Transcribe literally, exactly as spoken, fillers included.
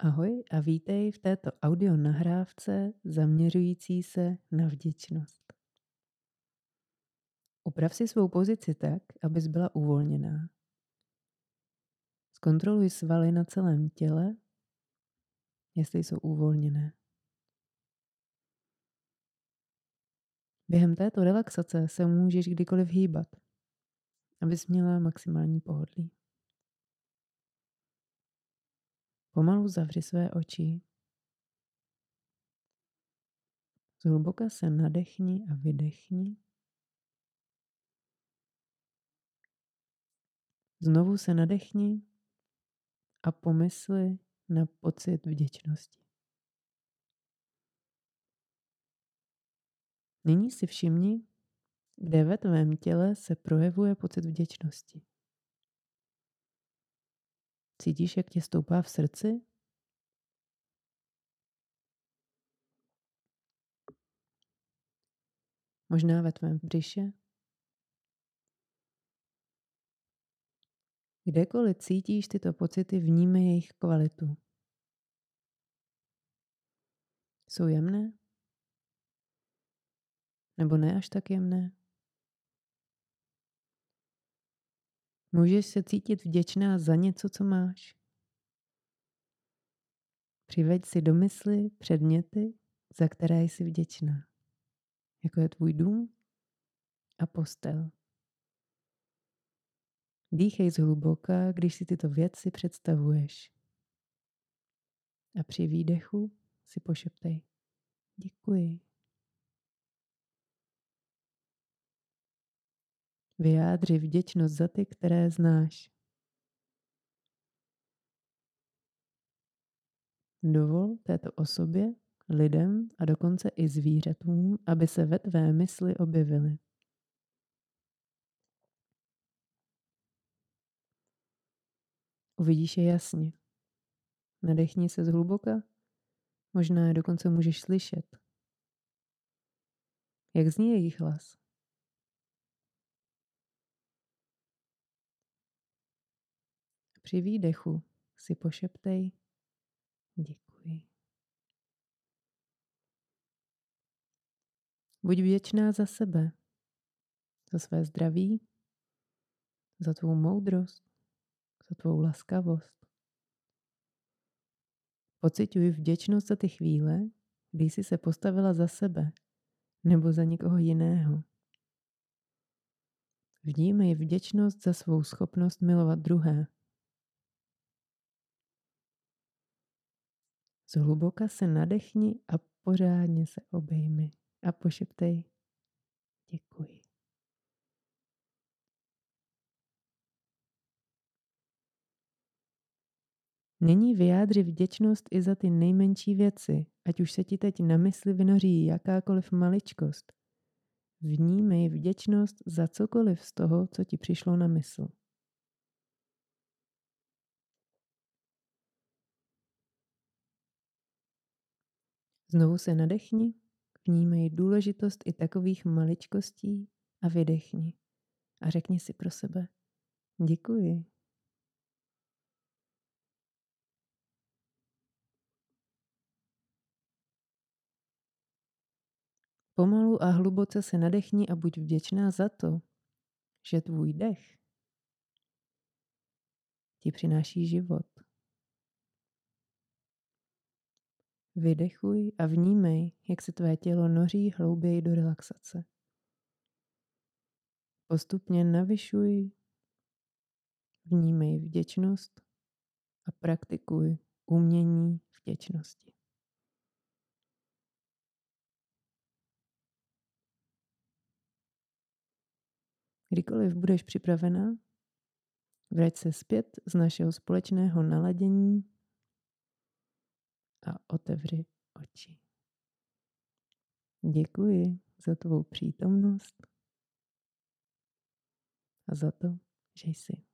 Ahoj a vítej v této audio nahrávce zaměřující se na vděčnost. Uprav si svou pozici tak, abys byla uvolněná. Zkontroluj svaly na celém těle, jestli jsou uvolněné. Během této relaxace se můžeš kdykoliv hýbat, abys měla maximální pohodlí. Pomalu zavři své oči. Zhluboka se nadechni a vydechni. Znovu se nadechni a pomysli na pocit vděčnosti. Nyní si všimni, kde ve tvém těle se projevuje pocit vděčnosti. Cítíš, jak tě stoupá v srdci? Možná ve tvém břiše? Kdekoliv cítíš tyto pocity, vnímej jejich kvalitu. Jsou jemné? Nebo ne až tak jemné? Můžeš se cítit vděčná za něco, co máš. Přiveď si do mysli předměty, za které jsi vděčná. Jako je tvůj dům a postel. Dýchej zhluboka, když si tyto věci představuješ. A při výdechu si pošeptej: děkuji. Vyjádři vděčnost za ty, které znáš. Dovol této osobě, lidem a dokonce i zvířatům, aby se ve tvé mysli objevily. Uvidíš je jasně. Nadechni se zhluboka, možná je dokonce můžeš slyšet. Jak zní jejich hlas? Při výdechu si pošeptej: děkuji. Buď vděčná za sebe, za své zdraví, za tvou moudrost, za tvou laskavost. Pociťuj vděčnost za ty chvíle, kdy jsi se postavila za sebe nebo za někoho jiného. Vnímej vděčnost za svou schopnost milovat druhé. Zhluboka se nadechni a pořádně se obejmi a pošeptej: děkuji. Nyní vyjádři vděčnost i za ty nejmenší věci, ať už se ti teď na mysli vynoří jakákoliv maličkost. Vnímej vděčnost za cokoliv z toho, co ti přišlo na mysl. Znovu se nadechni, vnímej důležitost i takových maličkostí a vydechni. A řekni si pro sebe: děkuji. Pomalu a hluboce se nadechni a buď vděčná za to, že tvůj dech ti přináší život. Vydechuj a vnímej, jak se tvé tělo noří hlouběji do relaxace. Postupně navyšuj, vnímej vděčnost a praktikuj umění vděčnosti. Kdykoliv budeš připravena, vrať se zpět z našeho společného naladění a otevři oči. Děkuji za tvou přítomnost a za to, že jsi.